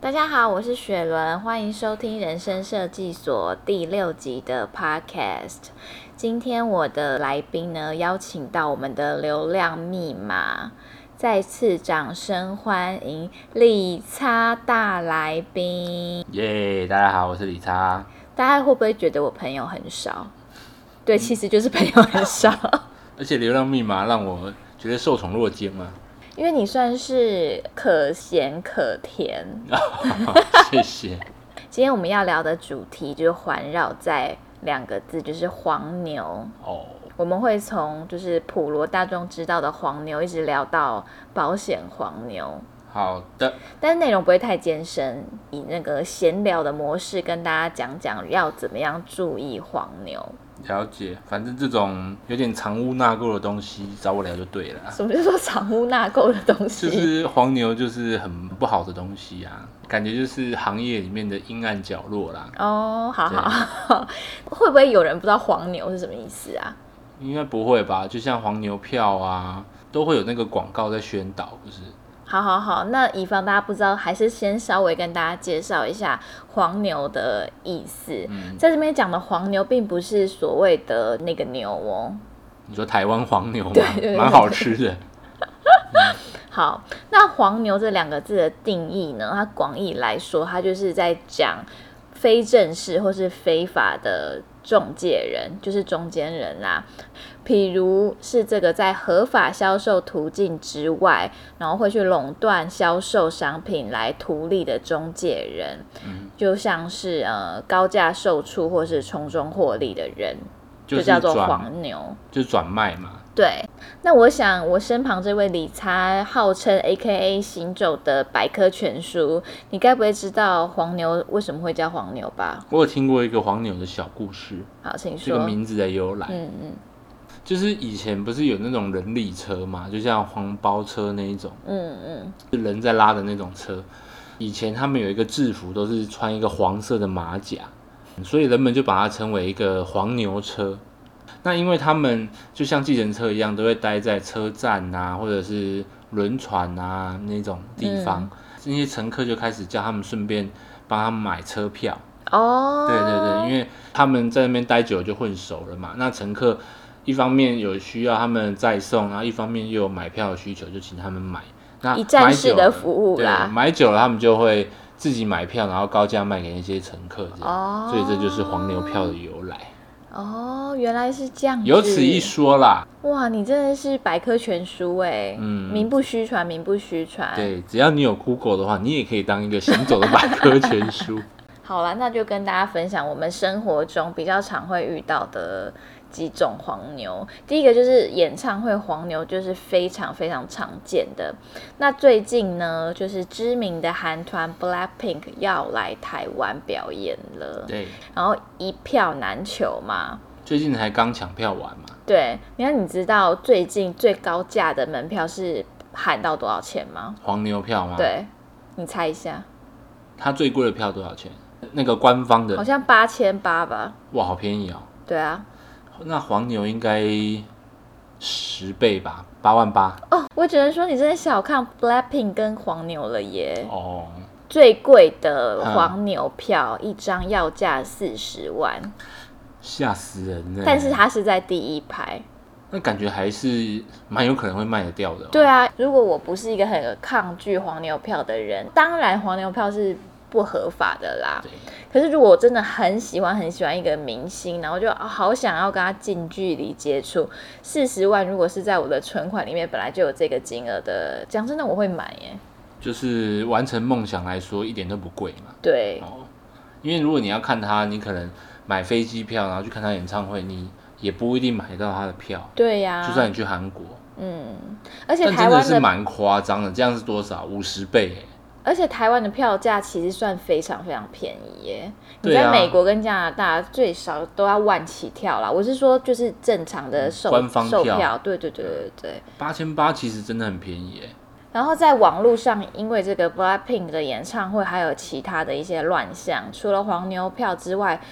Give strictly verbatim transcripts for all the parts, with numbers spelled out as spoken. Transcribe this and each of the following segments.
大家好，我是雪伦，欢迎收听人生设计所第六集的 Podcast。今天我的来宾呢，邀请到我们的流量密码，再次掌声欢迎理查大来宾。 耶、yeah, 大家好，我是理查。 大家会不会觉得我朋友很少？对，其实就是朋友很少。 而且流量密码让我觉得受宠若惊啊。 因为你算是可咸可甜。 谢谢。 今天我们要聊的主题就是环绕在两个字，就是黄牛。哦，我们会从就是普罗大众知道的黄牛，一直聊到保险黄牛。 好的， 但是内容不会太艰深，以那个闲聊的模式跟大家讲讲要怎么样注意黄牛。 了解，反正这种有点藏污纳垢的东西找我聊就对了。 什么叫做藏污纳垢的东西？ 就是黄牛就是很不好的东西啊，感觉就是行业里面的阴暗角落啦。 哦，好好好，会不会有人不知道黄牛是什么意思啊？ 应该不会吧，就像黄牛票啊，都会有那个广告在宣导，不是？ 好好好，那以防大家不知道，还是先稍微跟大家介绍一下黄牛的意思。嗯、在这边讲的黄牛，并不是所谓的那个牛哦。 你说台湾黄牛吗？蛮好吃的。 嗯、好，那黄牛这两个字的定义呢？它广义来说，它就是在讲非正式或是非法的中介人，就是中间人啦。譬如是这个在合法销售途径之外，然后会去垄断销售商品来图利的中介人，嗯、就像是呃高价售出或是从中获利的人，就叫做黄牛， 就是转卖嘛。 对，那我想我身旁这位理查号称 A K A 行走的百科全书，你该不会知道黄牛为什么会叫黄牛吧？ 我有听过一个黄牛的小故事。 好，请说。 这个名字的由来，嗯嗯，就是以前不是有那种人力车嘛，就像黄包车那一种，嗯嗯，是人在拉的那种车。以前他们有一个制服，都是穿一个黄色的马甲，所以人们就把它称为一个黄牛车。那因为他们就像计程车一样，都会待在车站啊，或者是轮船啊那种地方，嗯、那些乘客就开始叫他们顺便帮他们买车票。哦，对对对，因为他们在那边待久了就混熟了嘛。那乘客一方面有需要他们载送，然后一方面又有买票的需求，就请他们买。那一站式的服务啦， 对，买久了他们就会自己买票，然后高价卖给那些乘客，这样。哦，所以这就是黄牛票的由来。 哦，原来是这样子， 有此一说啦。 哇，你真的是百科全书哎，嗯，名不虚传，名不虚传。 对，只要你有 Google 的话，你也可以当一个行走的百科全书。 好啦，那就跟大家分享我们生活中比较常会遇到的几种黄牛。第一个就是演唱会黄牛，就是非常非常常见的。那最近呢，就是知名的韩团 Blackpink 要来台湾表演了， 对， 然后一票难求嘛。 最近才刚抢票完嘛。 对，你看，你知道最近最高价的门票是喊到多少钱吗？ 黄牛票吗？ 对，你猜一下。 它最贵的票多少钱？那个官方的好像八千八吧。 哇，好便宜哦。 对啊。 那黄牛应该十倍吧，八万八。 哦，我只能说你真的小看 Blackpink 跟黄牛了耶。 哦。 最贵的黄牛票、嗯、一张要价四十万， 吓死人了。 但是它是在第一排。 那感觉还是蛮有可能会卖得掉的、哦。 对啊，如果我不是一个很抗拒黄牛票的人，当然黄牛票是不合法的啦。可是如果我真的很喜欢很喜欢一个明星，然后就好想要跟他近距离接触，四十万如果是在我的存款里面本来就有这个金额的，讲真的我会买耶。 就是完成梦想来说一点都不贵嘛。 对、 哦，因为如果你要看他，你可能买飞机票然后去看他演唱会，你也不一定买到他的票。 对呀、啊， 就算你去韩国， 嗯，而且台湾的真的是蛮夸张的，这样是多少？五十倍耶。 而且台湾的票价其实算非常非常便宜耶，你在美国跟加拿大最少都要万起跳啦。我是说，就是正常的售官方票， 售票，对对对对对， 八千八其实真的很便宜耶。 然后在网络上，因为这个 Blackpink 的演唱会还有其他的一些乱象，除了黄牛票之外，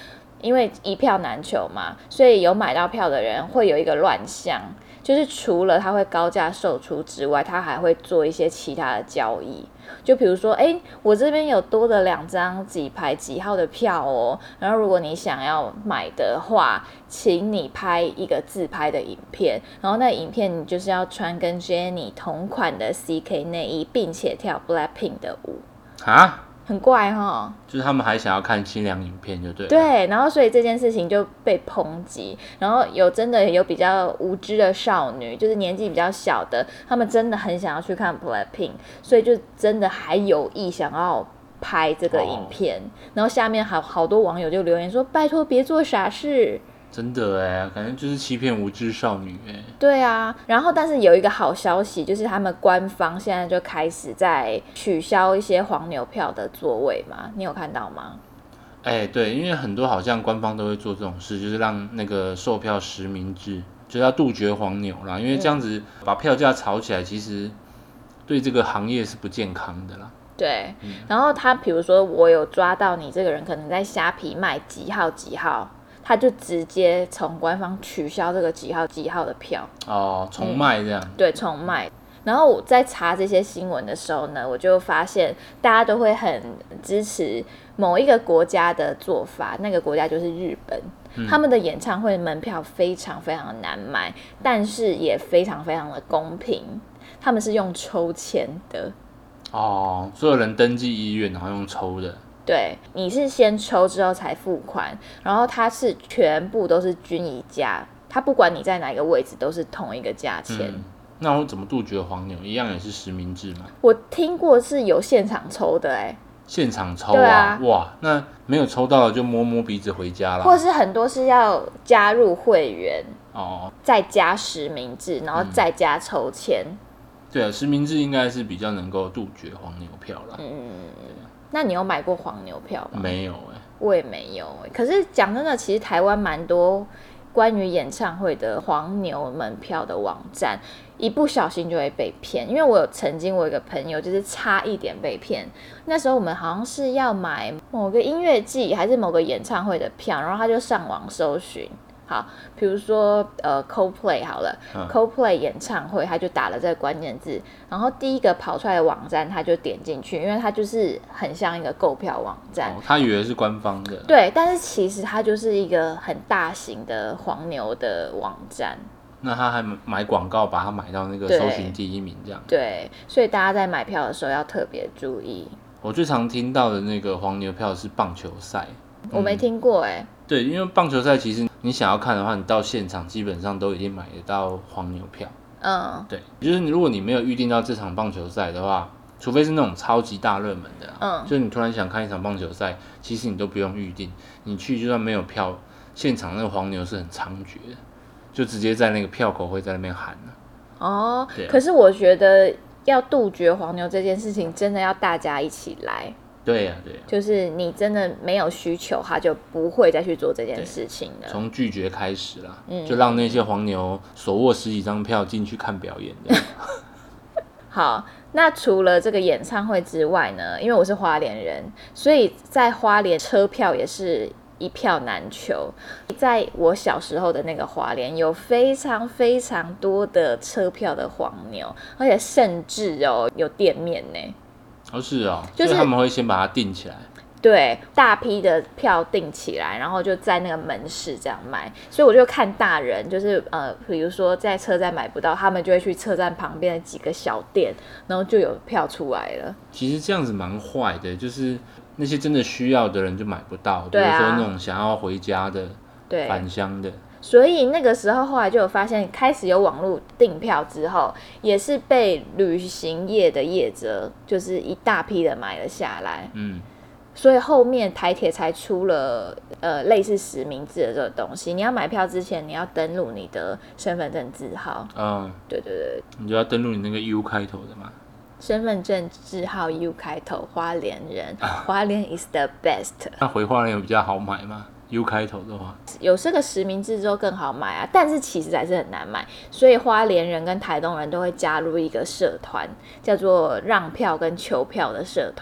因为一票难求嘛，所以有买到票的人会有一个乱象，就是除了他会高价售出之外，他还会做一些其他的交易。就比如说，哎，我这边有多的两张几排几号的票哦，然后如果你想要买的话，请你拍一个自拍的影片，然后那影片你就是要穿跟 Jennie 同款的 C K 内衣，并且跳 Blackpink 的舞啊。 很怪齁， 就是他们还想要看清凉影片就对了。 对，然后所以这件事情就被抨击，然后有真的有比较无知的少女，就是年纪比较小的，他们真的很想要去看 Blackpink， 所以就真的还有意想要拍这个影片，哦、然后下面好好多网友就留言说：“拜托别做傻事。” 真的哎，感觉就是欺骗无知少女哎。 对啊，然后但是有一个好消息，就是他们官方现在就开始在取消一些黄牛票的座位嘛，你有看到吗？ 哎，对，因为很多好像官方都会做这种事，就是让那个售票实名制，就是要杜绝黄牛啦。因为这样子把票价炒起来，其实对这个行业是不健康的啦。 对，嗯、然后他比如说我有抓到你这个人可能在虾皮卖几号几号。他就直接从官方取消这个几号几号的票哦，重卖这样、嗯、 对，重卖。然后我在查这些新闻的时候呢，我就发现大家都会很支持某一个国家的做法，那个国家就是日本、嗯、他们的演唱会门票非常非常的难买，但是也非常非常的公平，他们是用抽签的哦，所有人登记意愿然后用抽的。 对，你是先抽之后才付款，然后它是全部都是均一价，它不管你在哪个位置都是同一个价钱、嗯、 那我怎么杜绝黄牛？一样也是实名制吗？ 我听过是有现场抽的。哎， 现场抽 啊, 啊哇，那没有抽到的就摸摸鼻子回家啦。 或是很多是要加入会员哦，再加实名制，然后再加抽签、嗯、 对啊，实名制应该是比较能够杜绝黄牛票啦。嗯那你有买过黄牛票吗？ 没有哎、欸， 我也没有哎、欸。可是讲真的，其实台湾蛮多关于演唱会的黄牛门票的网站，一不小心就会被骗。因为我有曾经我有一个朋友就是差一点被骗，那时候我们好像是要买某个音乐季还是某个演唱会的票，然后他就上网搜寻。好，比如说呃 Coldplay 好了、嗯、Coldplay 演唱会，他就打了这个关键字，然后第一个跑出来的网站他就点进去，因为他就是很像一个购票网站、 哦、他以为是官方的。 对，但是其实它就是一个很大型的黄牛的网站。 那他还买广告把它买到那个搜寻第一名这样。 对，所以大家在买票的时候要特别注意。 我最常听到的那个黄牛票是棒球赛、 嗯、我没听过哎、欸。 对，因为棒球赛其实你想要看的话，你到现场基本上都已经买得到黄牛票。嗯，对，就是如果你没有预定到这场棒球赛的话，除非是那种超级大热门的、啊，嗯，就是你突然想看一场棒球赛，其实你都不用预定，你去就算没有票，现场那个黄牛是很猖獗的，就直接在那个票口会在那边喊、啊、哦， 对、啊。可是我觉得要杜绝黄牛这件事情，真的要大家一起来。 对呀、啊，对呀、啊， 就是你真的没有需求，他就不会再去做这件事情了。 从拒绝开始啦、嗯，就让那些黄牛手握十几张票进去看表演的。 好，那除了这个演唱会之外呢？因为我是花莲人，所以在花莲车票也是一票难求。在我小时候的那个花莲，有非常非常多的车票的黄牛，而且甚至哦有店面呢。 哦，是哦，就是所以他们会先把它订起来， 对，大批的票订起来，然后就在那个门市这样卖。所以我就看大人，就是呃，比如说在车站买不到，他们就会去车站旁边的几个小店，然后就有票出来了。 其实这样子蛮坏的，就是那些真的需要的人就买不到，比如说那种想要回家的、对返乡的。 所以那个时候后来就有发现，开始有网络订票之后，也是被旅行业的业者就是一大批的买了下来。嗯，所以后面台铁才出了呃类似实名制的这个东西，你要买票之前你要登录你的身份证字号。嗯，对对对， 你就要登录你那个 U 开头的嘛。 身份证字号 U 开头，花莲人，花莲 is the best。 那回花莲比较好买吗？U 开头的话， 有这个实名制之后更好买啊，但是其实还是很难买，所以花莲人跟台东人都会加入一个社团，叫做让票跟求票的社团。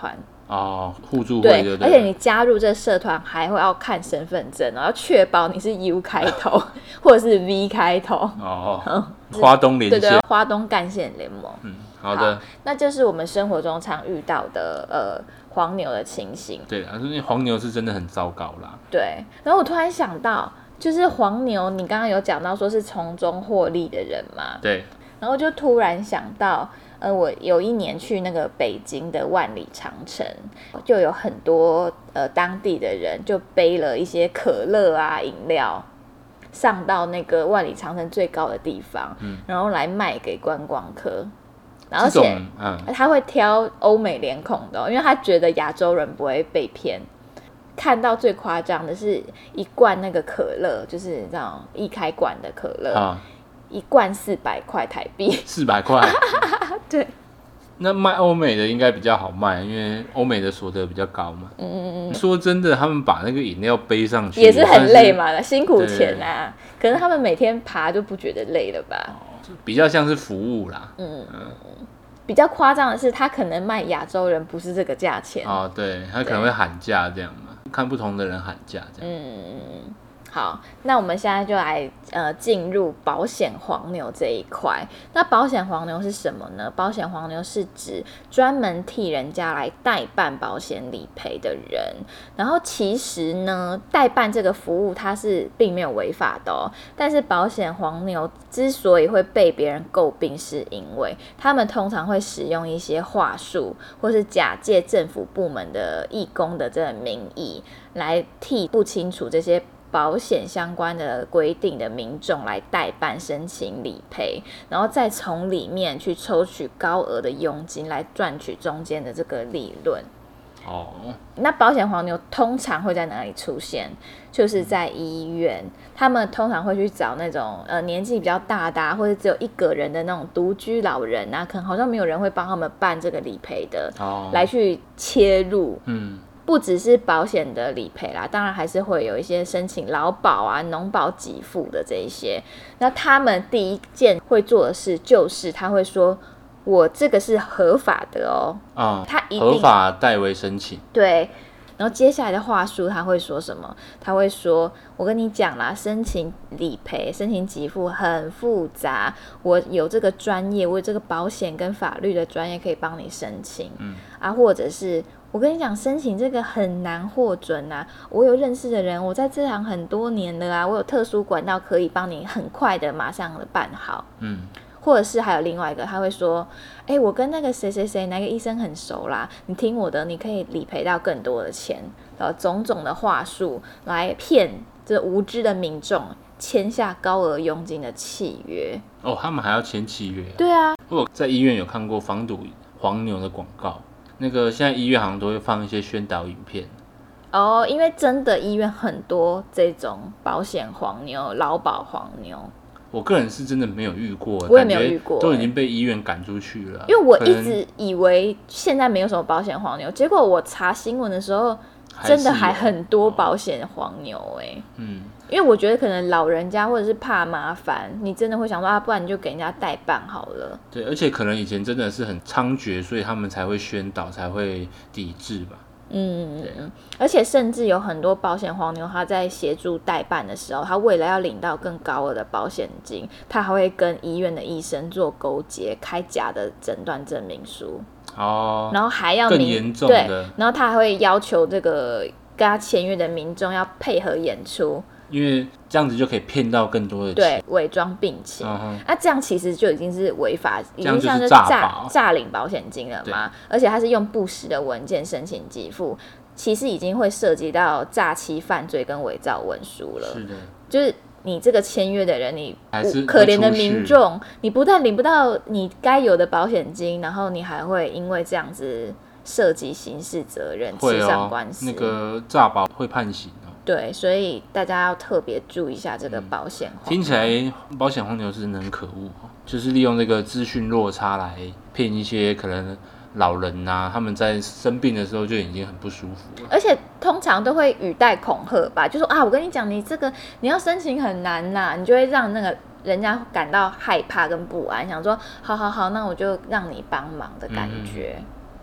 哦，互助会对， 对不对？ 而且你加入这社团还会要看身份证，然后确保你是 U 开头或者是 V 开头。 哦，嗯、花东连线， 对对，花东干线联盟。 嗯，好的好， 那就是我们生活中常遇到的呃黄牛的情形。 对啊，因为黄牛是真的很糟糕啦。 对，然后我突然想到，就是黄牛，你刚刚有讲到说是从中获利的人嘛？ 对。 然后就突然想到。呃，我有一年去那个北京的万里长城，就有很多呃当地的人就背了一些可乐啊饮料，上到那个万里长城最高的地方，嗯、然后来卖给观光客。而且、嗯、他会挑欧美脸孔的、哦，因为他觉得亚洲人不会被骗。看到最夸张的是一罐那个可乐，就是这种一开罐的可乐。啊一罐四百块台币， 四百块， 对。 那卖欧美的应该比较好卖，因为欧美的所得比较高嘛。嗯嗯嗯。说真的，他们把那个饮料背上去也是很累嘛，辛苦钱啊。可是他们每天爬就不觉得累了吧？ 哦、比较像是服务啦。嗯嗯。比较夸张的是，他可能卖亚洲人不是这个价钱。 哦，对，他可能会喊价这样嘛，看不同的人喊价这样。嗯嗯嗯。好，那我们现在就来呃进入保险黄牛这一块。那保险黄牛是什么呢？保险黄牛是指专门替人家来代办保险理赔的人。然后其实呢，代办这个服务它是并没有违法的哦。但是保险黄牛之所以会被别人诟病，是因为他们通常会使用一些话术，或是假借政府部门的义工的这个名义，来替不清楚这些保险相关的规定的民众来代办申请理赔，然后再从里面去抽取高额的佣金来赚取中间的这个利润。哦，那保险黄牛通常会在哪里出现？就是在医院，他们通常会去找那种呃年纪比较大的、啊，或者只有一个人的那种独居老人啊，可能好像没有人会帮他们办这个理赔的，哦、来去切入。嗯。不只是保险的理赔啦，当然还是会有一些申请劳保啊、农保给付的这一些。那他们第一件会做的事就是他会说：“我这个是合法的哦。” 啊、嗯，他一定合法代为申请。 对。然后接下来的话术他会说什么？他会说：“我跟你讲啦，申请理赔、申请给付很复杂，我有这个专业，我有这个保险跟法律的专业可以帮你申请。嗯啊，或者是。”我跟你讲，申请这个很难获准啊！我有认识的人，我在这行很多年了啊，我有特殊管道可以帮你很快的马上的办好。嗯，或者是还有另外一个，他会说：“哎、欸，我跟那个谁谁谁哪个医生很熟啦，你听我的，你可以理赔到更多的钱。”然后种种的话术来骗这无知的民众签下高额佣金的契约。 哦，他们还要签契约、啊？ 对啊， 我在医院有看过防堵黄牛的广告。那个现在医院好像都会放一些宣导影片哦，因为真的医院很多这种保险黄牛、劳保黄牛。 我个人是真的没有遇过， 我也没有遇过， 都已经被医院赶出去了。 因为我一直以为现在没有什么保险黄牛，结果我查新闻的时候，真的还很多保险黄牛哎、欸。嗯，因为我觉得可能老人家或者是怕麻烦，你真的会想说啊，不然你就给人家代办好了。 对，而且可能以前真的是很猖獗，所以他们才会宣导，才会抵制吧。嗯嗯，而且甚至有很多保险黄牛，他在协助代办的时候，他为了要领到更高额的保险金，他还会跟医院的医生做勾结，开假的诊断证明书。哦，然后还要更严重的， 对，然后他还会要求这个跟他签约的民众要配合演出。 因为这样子就可以骗到更多的钱， 对，伪装病情，那、uh huh. 啊、这样其实就已经是违法，已经像是诈诈领保险金了嘛。而且他是用不实的文件申请给付，其实已经会涉及到诈欺犯罪跟伪造文书了。 是的， 就是你这个签约的人，你可怜的民众，你不但领不到你该有的保险金，然后你还会因为这样子涉及刑事责任，吃上官司。 那个诈保会判刑。 对，所以大家要特别注意一下这个保险黄牛、嗯、 听起来保险黄牛是真的很可恶，就是利用这个资讯落差来骗一些可能老人啊，他们在生病的时候就已经很不舒服了， 而且通常都会语带恐吓吧，就说啊，我跟你讲，你这个你要申请很难啦，你就会让那个人家感到害怕跟不安，想说好好好，那我就让你帮忙的感觉。嗯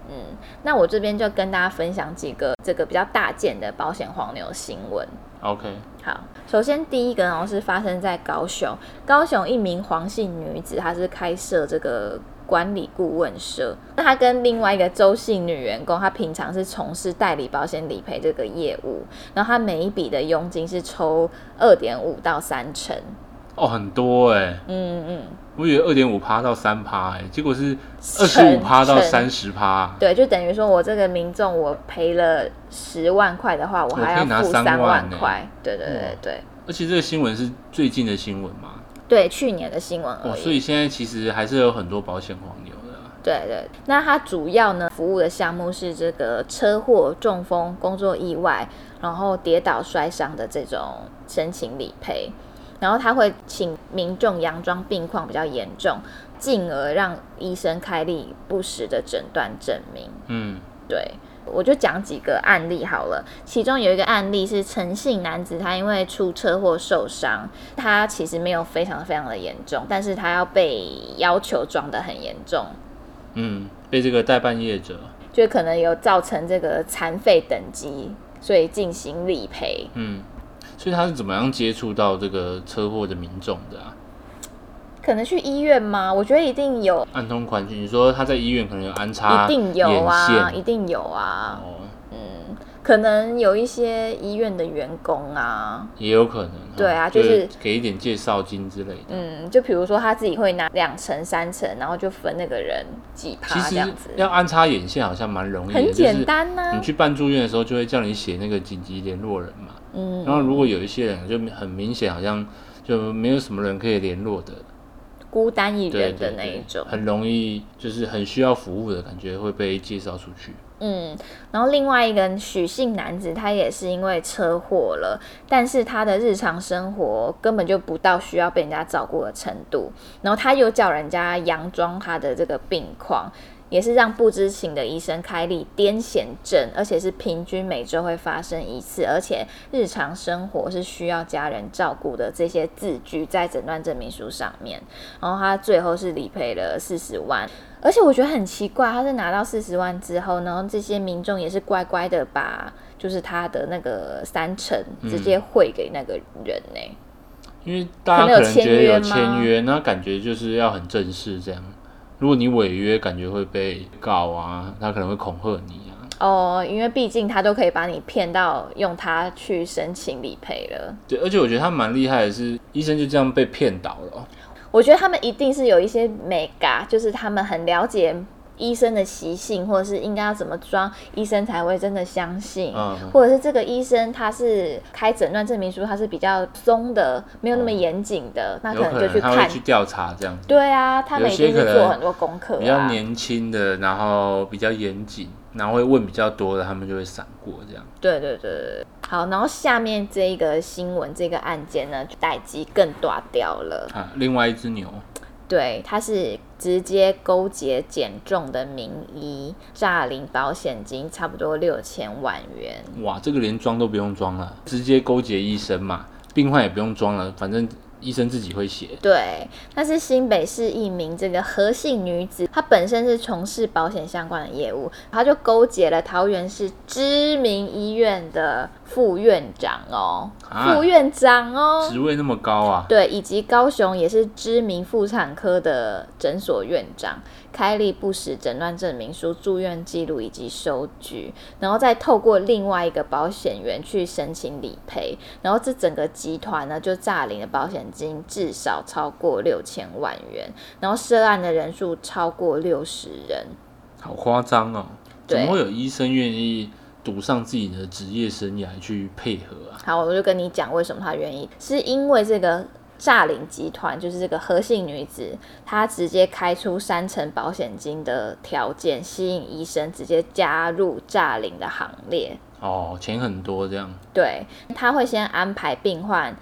嗯，那我这边就跟大家分享几个这个比较大件的保险黄牛新闻。 OK， 好，首先第一个呢是发生在高雄，高雄一名黄姓女子，她是开设这个管理顾问社，那她跟另外一个周姓女员工，她平常是从事代理保险理赔这个业务，然后她每一笔的佣金是抽二点五到三成。 哦，很多哎、欸， 嗯嗯， 我以为二点五趴到三趴哎，结果是二十五趴到三十趴。 对，就等于说我这个民众我赔了十万块的话，我还要付三万块、欸。对对对对。 而且这个新闻是最近的新闻嘛？ 对，去年的新闻而已。 哦，所以现在其实还是有很多保险黄牛的、啊。 对对，那它主要呢服务的项目是这个车祸、中风、工作意外，然后跌倒摔伤的这种申请理赔。然后他会请民众佯装病况比较严重，进而让医生开立不实的诊断证明。嗯，对，我就讲几个案例好了。其中有一个案例是陈姓男子，他因为出车祸受伤，他其实没有非常非常的严重，但是他要被要求装得很严重。 嗯，被这个代办业者就可能有造成这个残废等级，所以进行理赔。嗯。 所以他是怎么样接触到这个车祸的民众的啊？ 可能去医院吗？我觉得一定有暗通款曲。你说他在医院可能有安插眼线，一定有啊，一定有啊。哦，嗯，可能有一些医院的员工啊， 也有可能。 对啊，就是给一点介绍金之类的。 嗯，就比如说他自己会拿两成、三成，然后就分那个人几趴这样子。 其实要安插眼线好像蛮容易的， 很简单啊。 你去办住院的时候，就会叫你写那个紧急联络人嘛。嗯，然后如果有一些人就很明显好像就没有什么人可以联络的， 孤单一人的那一种， 对对对，很容易就是很需要服务的感觉会被介绍出去。 嗯，然后另外一个许姓男子，他也是因为车祸了，但是他的日常生活根本就不到需要被人家照顾的程度，然后他又叫人家佯装他的这个病况，也是让不知情的医生开立癫痫症，而且是平均每周会发生一次，而且日常生活是需要家人照顾的这些字句在诊断证明书上面，然后他最后是理赔了四十万。而且我觉得很奇怪，他是拿到四十万之后，然后这些民众也是乖乖的把就是他的那个三成直接汇给那个人呢、欸嗯，因为大家可能觉得有签约，那感觉就是要很正式这样。如果你违约，感觉会被告啊，他可能会恐吓你啊。 哦，因为毕竟他都可以把你骗到用他去申请理赔了。 对，而且我觉得他蛮厉害的是，医生就这样被骗倒了、哦。 我觉得他们一定是有一些美感，就是他们很了解医生的习性，或者是应该要怎么装，医生才会真的相信、嗯、或者是这个医生他是开诊断证明书，他是比较松的，没有那么严谨的、嗯、那可能就去看， 他会去调查这样子。 对啊，他们一定是做很多功课、啊、 比较年轻的，然后比较严谨，然后会问比较多的，他们就会闪过这样。 对对对对，好，然后下面这一个新闻，这个案件呢，代机更大条了。 啊，另外一只牛。 对，他是直接勾结减重的名医，诈领保险金差不多六千万元。 哇，这个连装都不用装了，直接勾结医生嘛，病患也不用装了，反正医生自己会写。 对，那是新北市一名这个何姓女子，她本身是从事保险相关的业务，她就勾结了桃园市知名医院的副院长哦，啊、副院长哦， 职位那么高啊？ 对，以及高雄也是知名妇产科的诊所院长，开立不实诊断证明书、住院记录以及收据，然后再透过另外一个保险员去申请理赔，然后这整个集团呢就诈领了保险金至少超过六千万元，然后涉案的人数超过六十人， 好夸张哦！怎么会有医生愿意赌上自己的职业生涯去配合啊？ 好，我就跟你讲为什么他愿意，是因为这个诈领集团就是这个何姓女子，她直接开出三成保险金的条件，吸引医生直接加入诈领的行列。 哦，钱很多这样。 对，他会先安排病患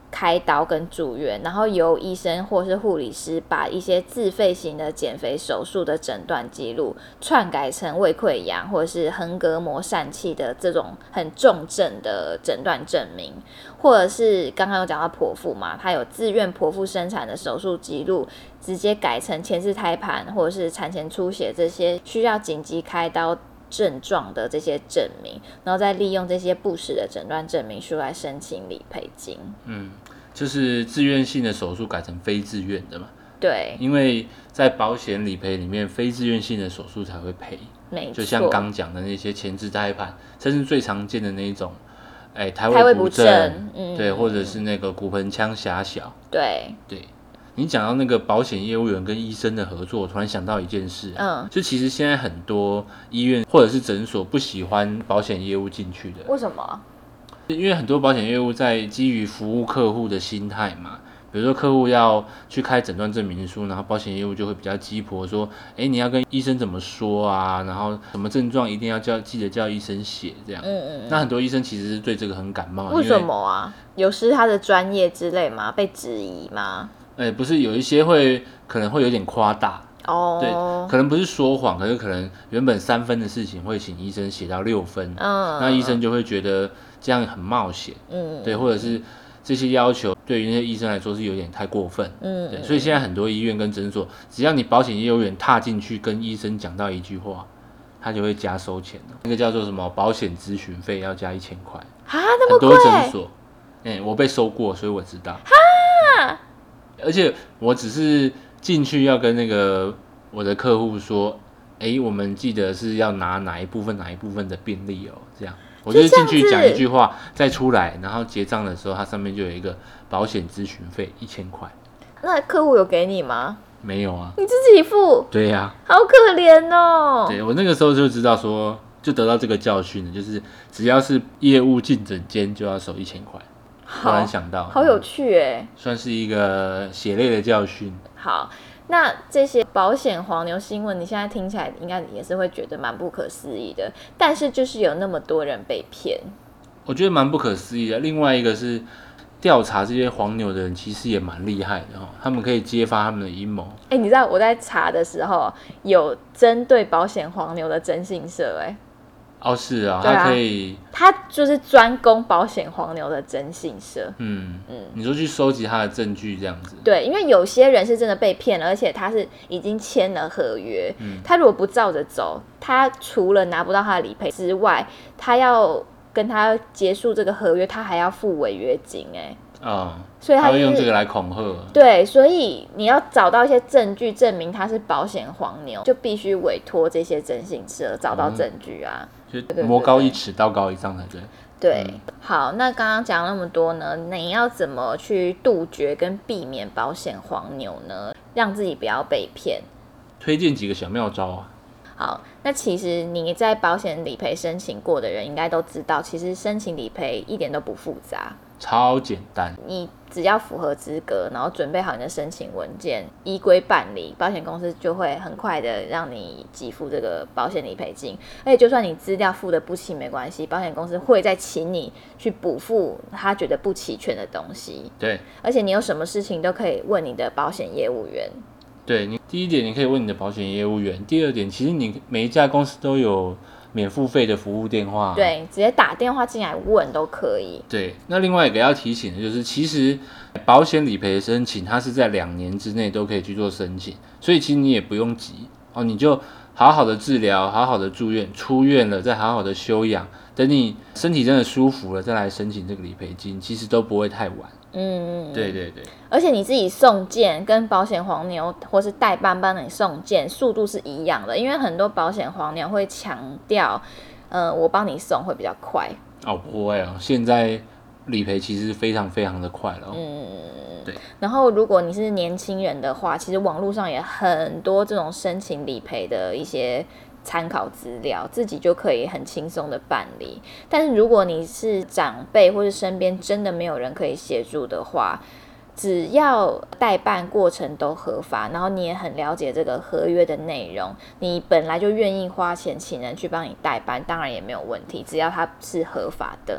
开刀跟住院，然后由医生或是护理师把一些自费型的减肥手术的诊断记录篡改成胃溃疡或者是横膈膜疝气的这种很重症的诊断证明，或者是刚刚有讲到剖腹嘛，他有自愿剖腹生产的手术记录直接改成前置胎盘或者是产前出血这些需要紧急开刀症状的这些证明，然后再利用这些不实的诊断证明书来申请理赔金。 嗯，就是自愿性的手术改成非自愿的嘛。 对， 因为在保险理赔里面，非自愿性的手术才会赔。 没错， 就像刚讲的那些前置胎盘，甚至最常见的那一种，哎，胎胎位不不正， 正嗯、 对，或者是那个骨盆腔狭小。 对对。你讲到那个保险业务员跟医生的合作，我突然想到一件事，嗯，就其实现在很多医院或者是诊所不喜欢保险业务进去的。 为什么？ 因为很多保险业务在基于服务客户的心态嘛，比如说客户要去开诊断证明书，然后保险业务就会比较鸡婆说，哎，你要跟医生怎么说啊？然后什么症状一定要叫记得叫医生写这样。嗯嗯。那很多医生其实是对这个很感冒。 为什么啊？有失他的专业之类吗？被质疑吗？ 哎，不是，有一些会可能会有点夸大哦，对，可能不是说谎，可是可能原本三分的事情会请医生写到六分，嗯，那医生就会觉得这样很冒险，嗯，对，或者是这些要求对于那些医生来说是有点太过分，嗯，对，所以现在很多医院跟诊所，只要你保险业务员踏进去跟医生讲到一句话，他就会加收钱了，那个叫做什么保险咨询费要加一千块， 啊，那么贵， 很多诊所，哎、欸，我被收过，所以我知道，哈。而且我只是进去要跟那个我的客户说，哎，我们记得是要拿哪一部分哪一部分的病历哦，这样。我就是进去讲一句话，再出来，然后结账的时候，它上面就有一个保险咨询费一千块。 那客户有给你吗？ 没有啊， 你自己付。 对呀、 啊，好可怜哦。 对，我那个时候就知道说，就得到这个教训了，就是只要是业务进诊间就要收一千块。突然想到， 好有趣哎， 算是一个血泪的教训。 好，那这些保险黄牛新闻，你现在听起来应该也是会觉得蛮不可思议的，但是就是有那么多人被骗， 我觉得蛮不可思议的。另外一个是调查这些黄牛的人，其实也蛮厉害的哦，他们可以揭发他们的阴谋。 哎、欸，你知道我在查的时候，有针对保险黄牛的征信社，哎。 哦，是啊，他可以， 他就是专攻保险黄牛的征信社。 嗯嗯，你说去收集他的证据这样子。 对，因为有些人是真的被骗了，而且他是已经签了合约，嗯、他如果不照着走，他除了拿不到他的理赔之外，他要跟他结束这个合约，他还要付违约金、欸，哎。 啊、嗯，所以他、就是、会用这个来恐吓。 对，所以你要找到一些证据证明他是保险黄牛，就必须委托这些征信社找到证据啊。 嗯，就魔高一尺，道高一丈才对。 对，嗯、好，那刚刚讲那么多呢，你要怎么去杜绝跟避免保险黄牛呢？让自己不要被骗？ 推荐几个小妙招啊。 好，那其实你在保险理赔申请过的人应该都知道，其实申请理赔一点都不复杂。 超简单， 你只要符合资格，然后准备好你的申请文件，依规办理，保险公司就会很快的让你给付这个保险理赔金。而且就算你资料付的不齐没关系，保险公司会再请你去补付他觉得不齐全的东西。 对， 而且你有什么事情都可以问你的保险业务员。 对，你第一点你可以问你的保险业务员，第二点其实你每一家公司都有免付费的服务电话， 对，直接打电话进来问都可以。 对，那另外一个要提醒的就是，其实保险理赔申请，它是在两年之内都可以去做申请，所以其实你也不用急哦，你就好好的治疗，好好的住院，出院了再好好的休养，等你身体真的舒服了再来申请这个理赔金，其实都不会太晚。嗯，对对对， 而且你自己送件跟保险黄牛或是代办帮你送件速度是一样的，因为很多保险黄牛会强调，呃，我帮你送会比较快。 哦，不会哦，现在理赔其实非常非常的快了。嗯，对。 然后如果你是年轻人的话，其实网络上也很多这种申请理赔的一些参考资料，自己就可以很轻松的办理。但是如果你是长辈或是身边真的没有人可以协助的话，只要代办过程都合法，然后你也很了解这个合约的内容，你本来就愿意花钱请人去帮你代办，当然也没有问题，只要它是合法的。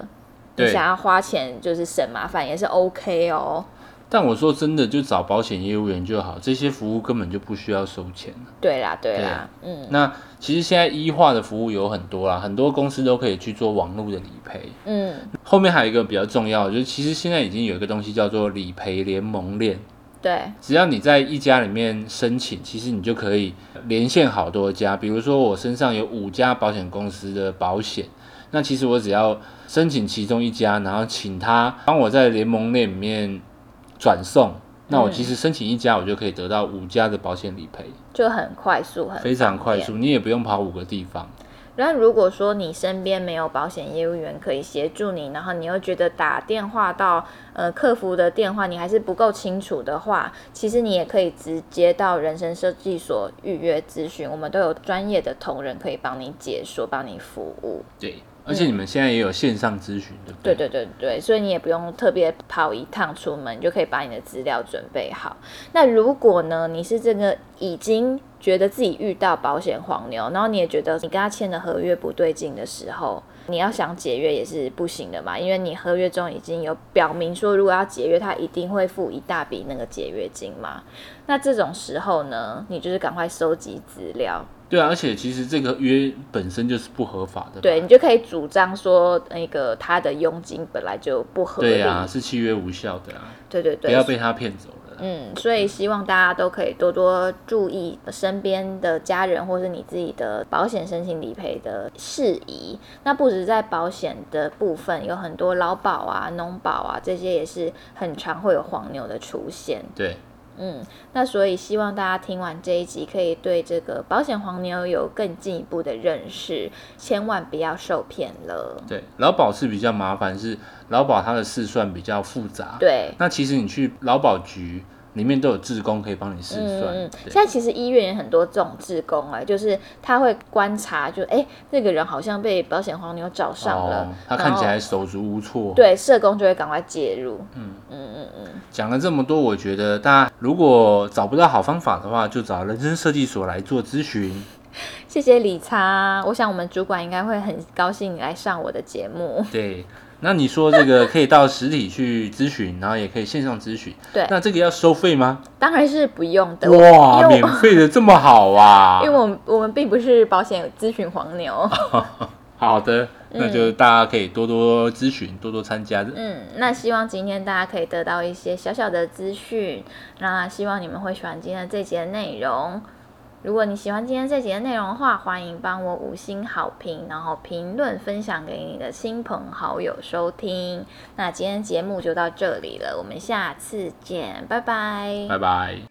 你想要花钱就是省麻烦也是 OK 哦。 但我说真的，就找保险业务员就好，这些服务根本就不需要收钱。 对啦，对啦，对嗯。 那其实现在医化的服务有很多啦，很多公司都可以去做网络的理赔。嗯。后面还有一个比较重要的，就是其实现在已经有一个东西叫做理赔联盟链。 对。 只要你在一家里面申请，其实你就可以连线好多家。比如说我身上有五家保险公司的保险，那其实我只要申请其中一家，然后请他帮我在联盟链里面转送，那我其实申请一家，我就可以得到五家的保险理赔， 就很快速，很非常快速，你也不用跑五个地方。 那如果说你身边没有保险业务员可以协助你，然后你又觉得打电话到呃客服的电话你还是不够清楚的话，其实你也可以直接到人生设计所预约咨询，我们都有专业的同仁可以帮你解说，帮你服务。 对。而且你们现在也有线上咨询，对不对？ 对对对对，所以你也不用特别跑一趟出门，你就可以把你的资料准备好。那如果呢，你是这个已经觉得自己遇到保险黄牛，然后你也觉得你跟他签的合约不对劲的时候，你要想解约也是不行的嘛，因为你合约中已经有表明说，如果要解约，他一定会付一大笔那个解约金嘛。那这种时候呢，你就是赶快收集资料。 对啊，而且其实这个约本身就是不合法的。 对，你就可以主张说，那个他的佣金本来就不合理。 对啊，是契约无效的啊。 对对对， 不要被他骗走了。 嗯，所以希望大家都可以多多注意身边的家人或是你自己的保险申请理赔的事宜。那不止在保险的部分，有很多劳保啊、农保啊，这些也是很常会有黄牛的出现。 对。 嗯，那所以希望大家听完这一集，可以对这个保险黄牛有更进一步的认识，千万不要受骗了。 对，劳保是比较麻烦，是劳保它的试算比较复杂。 对， 那其实你去劳保局里面都有志工可以帮你试算。 嗯，现在其实医院也很多这种志工啊，就是他会观察，就哎，这个人好像被保险黄牛找上了， 哦、他看起来手足无措， 对，社工就会赶快介入。 嗯嗯嗯嗯。讲了这么多，我觉得大家如果找不到好方法的话，就找人生设计所来做咨询。 谢谢理查，我想我们主管应该会很高兴你来上我的节目。 对。那你说这个可以到实体去咨询，然后也可以线上咨询。 对， 那这个要收费吗？ 当然是不用的。 哇，免费的这么好啊！ 因为我们我们并不是保险咨询黄牛。 好的，那就大家可以多多咨询，多多参加。 嗯，那希望今天大家可以得到一些小小的资讯，那希望你们会喜欢今天的这集的内容。如果你喜欢今天这集的内容的话，欢迎帮我五星好评，然后评论分享给你的亲朋好友收听。那今天节目就到这里了，我们下次见，拜拜， 拜拜。